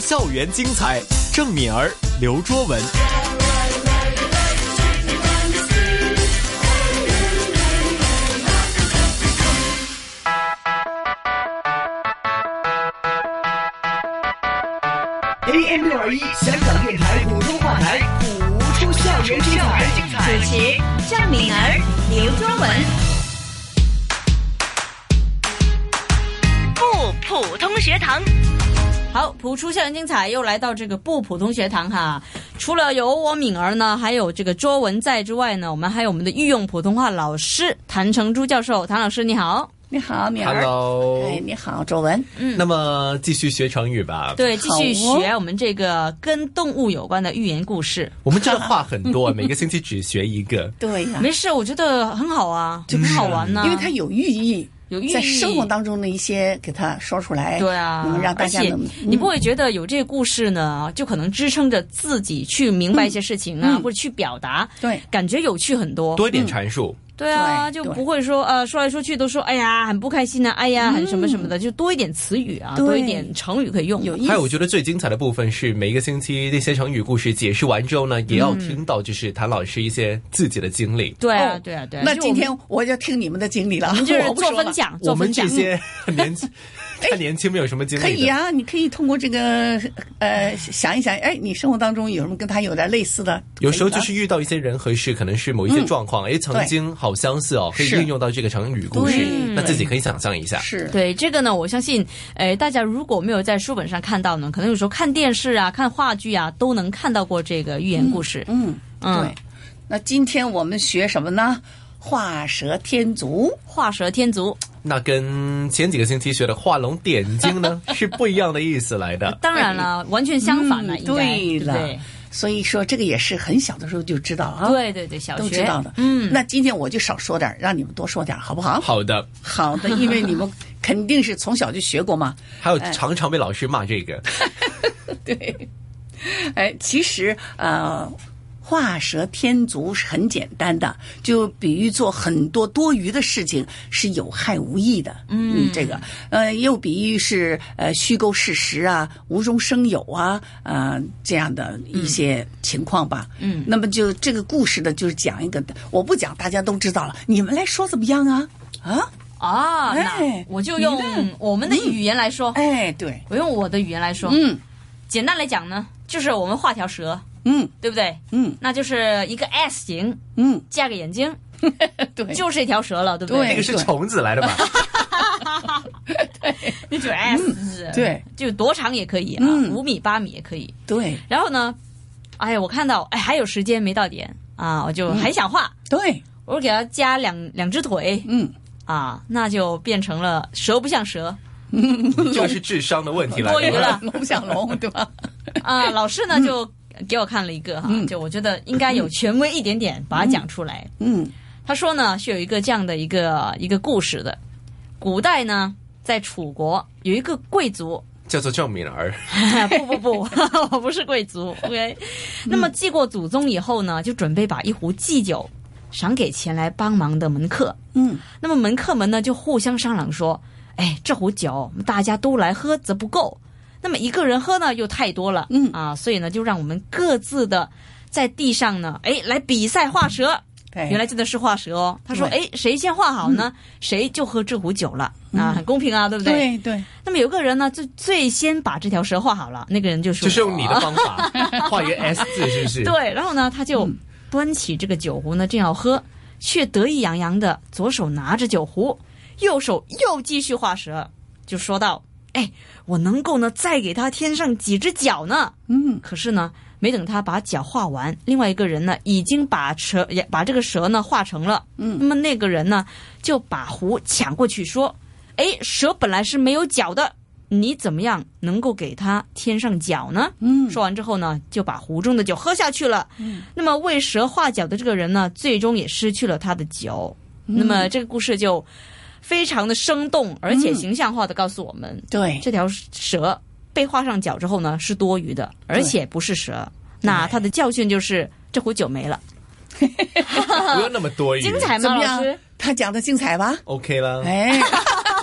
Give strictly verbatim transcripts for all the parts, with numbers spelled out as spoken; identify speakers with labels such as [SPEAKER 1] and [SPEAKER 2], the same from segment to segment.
[SPEAKER 1] 校园精彩，郑敏儿、刘卓文。
[SPEAKER 2] A M 六二一香港电台普通话台，谱出校园精彩。
[SPEAKER 3] 主持郑敏儿、刘卓文。不普通学堂。
[SPEAKER 4] 好，谱出校园精彩又来到这个不普通学堂哈。除了有我敏儿呢，还有这个卓文在之外呢，我们还有我们的御用普通话老师谭成珠教授。谭老师你好。
[SPEAKER 5] 你好，敏儿。
[SPEAKER 1] Hello。
[SPEAKER 5] 哎，你好，周文。
[SPEAKER 4] 嗯，
[SPEAKER 1] 那么继续学成语吧。
[SPEAKER 4] 对，继续学我们这个跟动物有关的寓言故事。
[SPEAKER 1] 我们这个话很多，每个星期只学一个。
[SPEAKER 5] 对呀、啊，
[SPEAKER 4] 没事，我觉得很好啊，就很好玩呢、啊，
[SPEAKER 5] 因为它有寓意。
[SPEAKER 4] 有寓意，
[SPEAKER 5] 在生活当中的一些给他说出来，
[SPEAKER 4] 对啊，
[SPEAKER 5] 能让大家能，
[SPEAKER 4] 而且你不会觉得有这个故事呢，就可能支撑着自己去明白一些事情啊，
[SPEAKER 5] 嗯、
[SPEAKER 4] 或者去表达，
[SPEAKER 5] 对，
[SPEAKER 4] 感觉有趣很多，
[SPEAKER 1] 多一点阐述。
[SPEAKER 4] 嗯对啊，就不会说呃说来说去都说哎呀很不开心啊，哎呀很什么什么的，嗯、就多一点词语啊，多一点成语可以用。
[SPEAKER 5] 有
[SPEAKER 1] 还有我觉得最精彩的部分是每一个星期那些成语故事解释完之后呢，也要听到就是谭老师一些自己的经历。
[SPEAKER 4] 对啊，对啊，对啊。
[SPEAKER 5] 那今天我要听你们的经历了，
[SPEAKER 4] 我们就是做分享，做分享。
[SPEAKER 1] 我们这些很年轻。太年轻没有什么经历的。
[SPEAKER 5] 可以啊，你可以通过这个呃想一想，哎，你生活当中有什么跟他有点类似的？
[SPEAKER 1] 有时候就是遇到一些人和事，可能是某一些状况，哎、嗯，曾经好相似哦，可以运用到这个成语故事，那自己可以想象一下。
[SPEAKER 5] 是
[SPEAKER 4] 对这个呢，我相信，哎，大家如果没有在书本上看到呢，可能有时候看电视啊、看话剧啊，都能看到过这个寓言故事。
[SPEAKER 5] 嗯，嗯对。那今天我们学什么呢？画蛇添足，
[SPEAKER 4] 画蛇添足。
[SPEAKER 1] 那跟前几个星期学的画龙点睛呢是不一样的意思来的。
[SPEAKER 4] 当然了，完全相反了、嗯、应该
[SPEAKER 5] 对了
[SPEAKER 4] 对，
[SPEAKER 5] 所以说这个也是很小的时候就知道啊。
[SPEAKER 4] 对对对，小学
[SPEAKER 5] 都知道的。
[SPEAKER 4] 嗯，
[SPEAKER 5] 那今天我就少说点，让你们多说点，好不好？
[SPEAKER 1] 好的，
[SPEAKER 5] 好的，因为你们肯定是从小就学过嘛。
[SPEAKER 1] 还有常常被老师骂这个。
[SPEAKER 5] 对，哎，其实呃。画蛇添足是很简单的，就比喻做很多多余的事情是有害无益的。嗯，这个呃，又比喻是呃虚构事实啊、无中生有啊，呃这样的一些情况吧。嗯，那么就这个故事呢，就是讲一个，我不讲大家都知道了，你们来说怎么样啊？啊
[SPEAKER 4] 啊，
[SPEAKER 5] 哎，
[SPEAKER 4] 那我就用我们的语言来说。
[SPEAKER 5] 嗯、哎，对，
[SPEAKER 4] 我用我的语言来说。
[SPEAKER 5] 嗯，
[SPEAKER 4] 简单来讲呢，就是我们画条蛇。
[SPEAKER 5] 嗯，
[SPEAKER 4] 对不对？
[SPEAKER 5] 嗯，
[SPEAKER 4] 那就是一个 S 型，
[SPEAKER 5] 嗯，
[SPEAKER 4] 加个眼睛，
[SPEAKER 5] 对，
[SPEAKER 4] 就是一条蛇了，对不对？
[SPEAKER 1] 那个是虫子来的吧？
[SPEAKER 4] 对，那就是 S 字、
[SPEAKER 5] 嗯，对，
[SPEAKER 4] 就多长也可以啊，五、嗯、米、八米也可以。
[SPEAKER 5] 对，
[SPEAKER 4] 然后呢，哎呀，我看到哎还有时间没到点啊，我就很想画。
[SPEAKER 5] 嗯、对，
[SPEAKER 4] 我给它加两两只腿，
[SPEAKER 5] 嗯，
[SPEAKER 4] 啊，那就变成了蛇不像蛇。
[SPEAKER 5] 嗯，
[SPEAKER 1] 这个是智商的问题了，
[SPEAKER 4] 多余了，
[SPEAKER 5] 龙不像龙，对吧？
[SPEAKER 4] 啊，老师呢、嗯、就。给我看了一个哈、嗯，就我觉得应该有权威一点点，把它讲出来。
[SPEAKER 5] 嗯，
[SPEAKER 4] 他说呢是有一个这样的一个一个故事的。古代呢，在楚国有一个贵族
[SPEAKER 1] 叫做郑敏儿。
[SPEAKER 4] 不不不，我不是贵族。OK，、嗯、那么祭过祖宗以后呢，就准备把一壶祭酒赏给前来帮忙的门客。
[SPEAKER 5] 嗯，
[SPEAKER 4] 那么门客们呢就互相商量说：“哎，这壶酒大家都来喝则不够。”那么一个人喝呢又太多了，
[SPEAKER 5] 嗯
[SPEAKER 4] 啊，所以呢就让我们各自的在地上呢，哎，来比赛画蛇。原来真的是画蛇哦。他说，哎，谁先画好呢、嗯，谁就喝这壶酒了、嗯、啊，很公平啊，对不对？
[SPEAKER 5] 对对。
[SPEAKER 4] 那么有个人呢，最最先把这条蛇画好了，那个人就说，
[SPEAKER 1] 就是用你的方法画一个 S 字，是不是？
[SPEAKER 4] 对。然后呢，他就端起这个酒壶呢，正要喝，却得意洋洋的，左手拿着酒壶，右手又继续画蛇，就说道。哎，我能够呢再给他添上几只脚呢。
[SPEAKER 5] 嗯，
[SPEAKER 4] 可是呢，没等他把脚画完，另外一个人呢已经把蛇把这个蛇呢画成了。
[SPEAKER 5] 嗯，
[SPEAKER 4] 那么那个人呢就把壶抢过去说：“哎，蛇本来是没有脚的，你怎么样能够给他添上脚呢？”
[SPEAKER 5] 嗯，
[SPEAKER 4] 说完之后呢，就把壶中的酒喝下去了。
[SPEAKER 5] 嗯，
[SPEAKER 4] 那么为蛇画脚的这个人呢，最终也失去了他的脚。嗯、那么这个故事就。非常的生动，而且形象化的告诉我们，
[SPEAKER 5] 嗯、对
[SPEAKER 4] 这条蛇被画上脚之后呢是多余的，而且不是蛇。那它的教训就是这壶酒没了。
[SPEAKER 1] 不用那么多余，
[SPEAKER 4] 精彩吗？老师，
[SPEAKER 5] 他讲的精彩吧
[SPEAKER 1] ？OK 了，
[SPEAKER 4] 哎，OK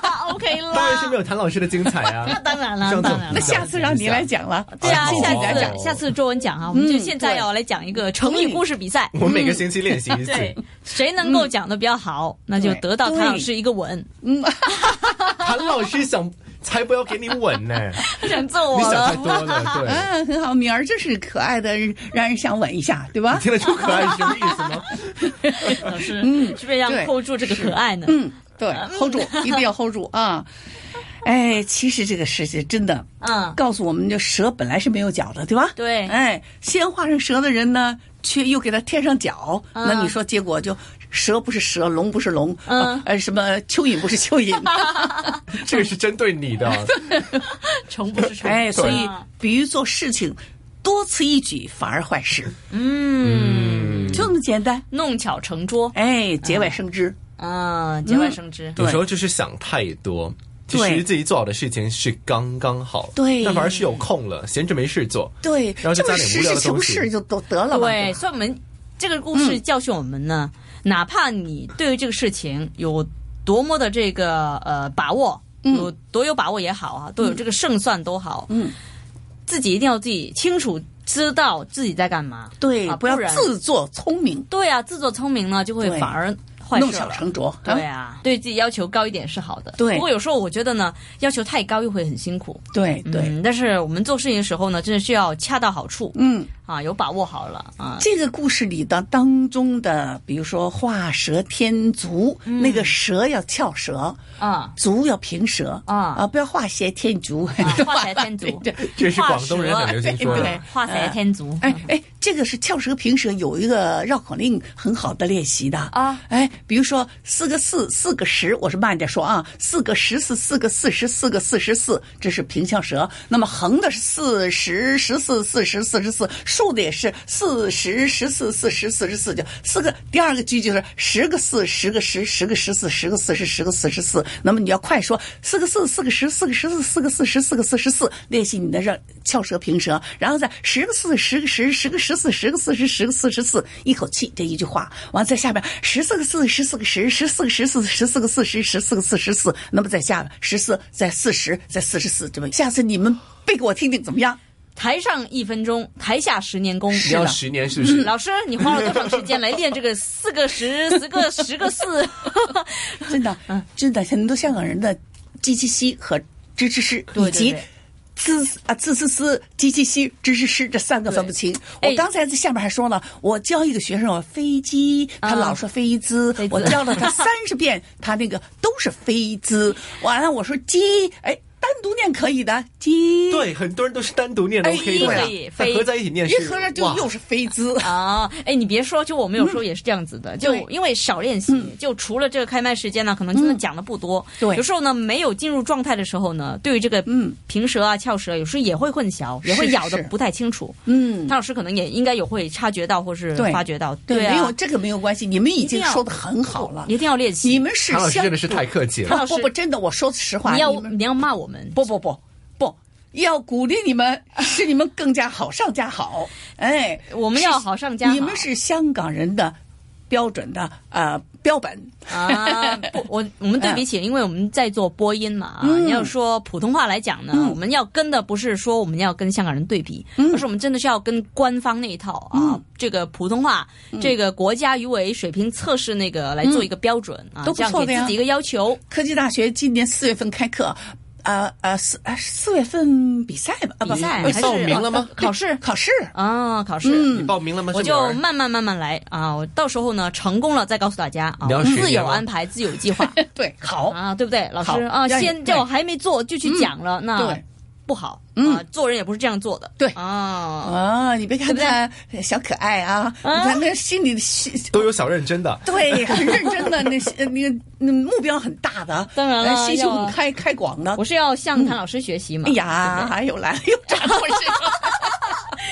[SPEAKER 4] OK 了。
[SPEAKER 1] 当然是没有谭老师的精彩啊。
[SPEAKER 4] 那当然了，
[SPEAKER 1] 这样
[SPEAKER 4] 当然了。
[SPEAKER 5] 那下次让你来讲了。
[SPEAKER 4] 对啊，
[SPEAKER 1] 哦
[SPEAKER 4] 下
[SPEAKER 5] 来
[SPEAKER 4] 次下次作文讲啊，我们就现在要来讲一个成语故事比赛。
[SPEAKER 1] 我每个星期练习一次。
[SPEAKER 4] 对，谁能够讲的比较好，那就得到谭老师一个吻。
[SPEAKER 5] 嗯，
[SPEAKER 1] 谭老师想才不要给你吻呢，
[SPEAKER 4] 想揍我
[SPEAKER 1] 你想太
[SPEAKER 4] 了。
[SPEAKER 1] 多了，对。
[SPEAKER 5] 嗯，很好，敏儿真是可爱的，让人想吻一下，对吧？
[SPEAKER 1] 听得出可爱是什么意思吗？
[SPEAKER 4] 老师，嗯，是不是要 hold 住这个可爱呢？
[SPEAKER 5] 嗯，对 ，hold 住，一定要 hold 住啊！哎，其实这个事情真的，
[SPEAKER 4] 嗯，
[SPEAKER 5] 告诉我们，这蛇本来是没有脚的，对吧？
[SPEAKER 4] 对，
[SPEAKER 5] 哎，先画上蛇的人呢，却又给他添上脚，
[SPEAKER 4] 嗯、
[SPEAKER 5] 那你说结果就蛇不是蛇，龙不是龙，
[SPEAKER 4] 嗯，
[SPEAKER 5] 呃，什么蚯蚓不是蚯蚓，
[SPEAKER 1] 这个是针对你的，
[SPEAKER 4] 虫不是虫。
[SPEAKER 5] 哎，所以比喻做事情多此一举反而坏事，
[SPEAKER 4] 嗯，
[SPEAKER 5] 就那么简单，
[SPEAKER 4] 弄巧成拙，
[SPEAKER 5] 哎，节外生枝，
[SPEAKER 4] 啊，节外生枝，
[SPEAKER 1] 有时候就是想太多。其实自己做好的事情是刚刚好，
[SPEAKER 5] 对，
[SPEAKER 1] 但反而是有空了，闲着没事做，
[SPEAKER 5] 对，
[SPEAKER 1] 然后就加点无聊的东西，
[SPEAKER 5] 实事求是就都得了嘛。
[SPEAKER 4] 对，所以我们这个故事教训我们呢，嗯、哪怕你对于这个事情有多么的这个呃把握，
[SPEAKER 5] 嗯、
[SPEAKER 4] 有多有把握也好啊，都有这个胜算都好，
[SPEAKER 5] 嗯，
[SPEAKER 4] 自己一定要自己清楚知道自己在干嘛，
[SPEAKER 5] 对，
[SPEAKER 4] 啊、
[SPEAKER 5] 不要自作聪明。
[SPEAKER 4] 对啊，自作聪明呢，就会反而。
[SPEAKER 5] 弄巧成拙，
[SPEAKER 4] 对啊，对自己要求高一点是好的。
[SPEAKER 5] 对，
[SPEAKER 4] 不过有时候我觉得呢，要求太高又会很辛苦。
[SPEAKER 5] 对对、
[SPEAKER 4] 嗯，但是我们做事情的时候呢，真的是要恰到好处。
[SPEAKER 5] 嗯
[SPEAKER 4] 啊，有把握好了啊。
[SPEAKER 5] 这个故事里的当中的，比如说画蛇添足，嗯、那个蛇要翘舌
[SPEAKER 4] 啊，
[SPEAKER 5] 足要平舌
[SPEAKER 4] 啊
[SPEAKER 5] 啊，不要画蛇添足。
[SPEAKER 4] 啊、画蛇添足，
[SPEAKER 1] 这是广东人很流行说的。
[SPEAKER 4] 对，画蛇添足。
[SPEAKER 5] 哎哎，这个是翘舌平舌有一个绕口令很好的练习的
[SPEAKER 4] 啊。
[SPEAKER 5] 哎，比如说。四个四，四个十，我是慢点说啊，四个十四，四个四十，四个四十四，这是平翘舌。那么横的是四十、十四、四十、四十四，竖的也是四十、十四、四十、四十四，就四个。第二个句就是十个四，十个十，十个十四，十个四十，十个四十四。那么你要快说，四个四，四个十，四个十四，四个四十，四个四十四，练习你的让翘舌平舌，然后再十个四，十个十，十个十四，十个四十，十个四十四，一口气这一句话，完在下边十四个四，十四个十，十四个十四，十四个四十，十四个四十四，那么在下十四，在四十，在四十四，这么下次你们背给我听听怎么样？
[SPEAKER 4] 台上一分钟，台下十年功。
[SPEAKER 1] 你要十年是不是？
[SPEAKER 4] 老师，你花了多长时间来练这个四个十、十个十个四？
[SPEAKER 5] 真的，真的，很多香港人的鸡鸡西和吱吱诗，以及。滋啊滋滋滋，鸡鸡西，吱吱吱，这三个分不清。我刚才在下面还说了，我教一个学生我飞机，他老说飞滋，嗯、我教了他三十遍，他那个都是飞滋。完了，我说鸡，哎。单独念可以的，鸡。
[SPEAKER 1] 对，很多人都是单独念都可以的，
[SPEAKER 4] 可以，
[SPEAKER 1] 但合在一起念是，
[SPEAKER 5] 一合着就又是飞滋
[SPEAKER 4] 啊！哎，你别说，就我们有时候也是这样子的，就因为少练习，就除了这个开麦时间呢，可能真的讲的不多。
[SPEAKER 5] 对，
[SPEAKER 4] 有时候呢，没有进入状态的时候呢，对于这个嗯平舌啊、翘舌，有时候也会混淆，也会咬的不太清楚。嗯，汤老师可能也应该有会察觉到或是发觉到。
[SPEAKER 5] 对，
[SPEAKER 4] 啊，
[SPEAKER 5] 没有这个没有关系，你们已经说的很好了，
[SPEAKER 4] 一定要练习。
[SPEAKER 5] 你们是
[SPEAKER 1] 汤老师真的是太客气了。
[SPEAKER 5] 不不，真的，我说实话，
[SPEAKER 4] 你要你要骂我们，
[SPEAKER 5] 不不不。不要鼓励你们，使你们更加好上加好。哎，
[SPEAKER 4] 我们要好上加好。
[SPEAKER 5] 你们是香港人的标准的呃标本
[SPEAKER 4] 啊！不，我我们对比起，因为我们在做播音嘛啊，嗯、你要说普通话来讲呢，嗯、我们要跟的不是说我们要跟香港人对比，嗯、而是我们真的是要跟官方那一套啊，嗯、这个普通话、嗯、这个国家语委水平测试那个来做一个标准、嗯、啊，
[SPEAKER 5] 都不错的呀。
[SPEAKER 4] 这样给自己一个要求。
[SPEAKER 5] 科技大学今年四月份开课。呃呃四呃四月份比赛吧，
[SPEAKER 4] 比赛
[SPEAKER 1] 还是报名了吗？
[SPEAKER 4] 考试
[SPEAKER 5] 考试
[SPEAKER 4] 啊，考试，
[SPEAKER 1] 你报名了吗？
[SPEAKER 4] 我就慢慢慢慢来啊，我到时候呢成功了再告诉大家啊，自有安排，自有计划。
[SPEAKER 5] 对，好
[SPEAKER 4] 啊，对不对，老师啊？先叫我还没做就去讲了，那不好。啊，做人也不是这样做的。
[SPEAKER 5] 对
[SPEAKER 4] 啊
[SPEAKER 5] 啊，你别看他小可爱啊，你看那心里
[SPEAKER 1] 都有小认真的，
[SPEAKER 5] 对，很认真的，那那个那目标很大的，
[SPEAKER 4] 当然了，
[SPEAKER 5] 心胸很开开广的。
[SPEAKER 4] 我是要向谭老师学习嘛。
[SPEAKER 5] 哎呀，还有来又转过去了。
[SPEAKER 4] 向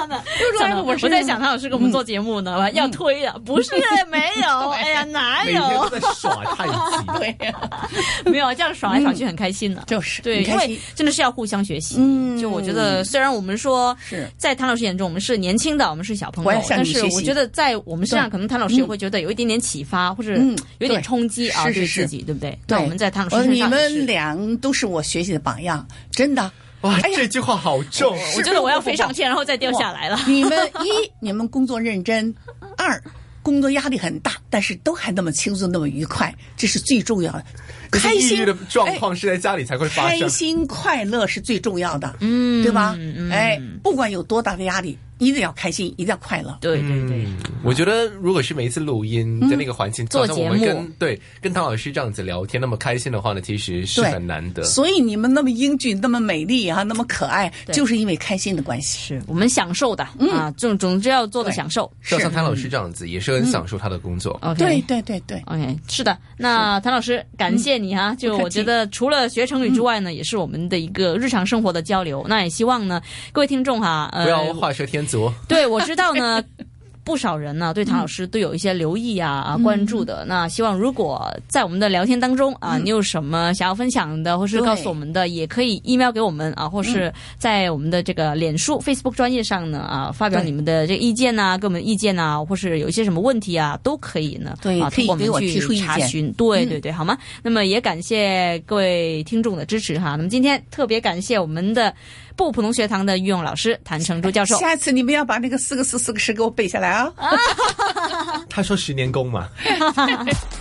[SPEAKER 4] 的，算了，我在想唐老师跟我们做节目呢，要推的，不是没有，哎呀，哪有？
[SPEAKER 1] 每天都在耍太极，
[SPEAKER 5] 对呀，
[SPEAKER 4] 没有这样耍来耍去很开心的，
[SPEAKER 5] 就是
[SPEAKER 4] 对，因为真的是要互相学习。
[SPEAKER 5] 嗯，
[SPEAKER 4] 就我觉得，虽然我们说
[SPEAKER 5] 是在
[SPEAKER 4] 唐老师眼中我们是年轻的，我们是小朋友，但是我觉得在我们身上，可能唐老师也会觉得有一点点启发，或者有点冲击啊，对自己，对不对？那我们在唐老师身上，
[SPEAKER 5] 你们俩都是我学习的榜样，真的。
[SPEAKER 1] 哇，这句话好重，
[SPEAKER 4] 我觉得我要飞上天，然后再掉下来了。
[SPEAKER 5] 你们一，你们工作认真；二，工作压力很大，但是都还那么轻松，那么愉快，这是最重要的。开心
[SPEAKER 1] 的状况是在家里才会发生，
[SPEAKER 5] 开心快乐是最重要的，嗯，对吧？嗯、哎，不管有多大的压力，一定要开心，一定要快乐。
[SPEAKER 4] 对对对、
[SPEAKER 1] 嗯，我觉得如果是每一次录音的那个环境，
[SPEAKER 4] 嗯、做节目，
[SPEAKER 1] 跟对跟唐老师这样子聊天，那么开心的话呢，其实是很难得。
[SPEAKER 5] 所以你们那么英俊，那么美丽啊，那么可爱，就是因为开心的关系。
[SPEAKER 4] 是我们享受的、嗯、啊，总总之要做的享受。
[SPEAKER 1] 就像唐老师这样子，也是很享受他的工作。
[SPEAKER 4] 嗯、
[SPEAKER 5] 对对对对
[SPEAKER 4] ，OK， 是的。那唐老师，感谢你哈、啊，就我觉得除了学成语之外呢，也是我们的一个日常生活的交流。那也希望呢，各位听众哈，呃，
[SPEAKER 1] 不要画蛇添足。
[SPEAKER 4] 对，我知道呢。不少人呢对唐老师都有一些留意啊啊关注的，那希望如果在我们的聊天当中啊，你有什么想要分享的，或是告诉我们的，也可以 email 给我们啊，或是在我们的这个脸书 Facebook 专页上呢啊发表你们的这个意见啊，给我们意见啊，或是有一些什么问题啊，都可以呢，
[SPEAKER 5] 对，
[SPEAKER 4] 啊，
[SPEAKER 5] 可以给我提出意见，
[SPEAKER 4] 查询，对对对，好吗？那么也感谢各位听众的支持哈。那么今天特别感谢我们的不普通学堂的御用老师谭成珠教授。
[SPEAKER 5] 下次你们要把那个四个四四个十给我背下来啊！
[SPEAKER 1] 他说十年功嘛。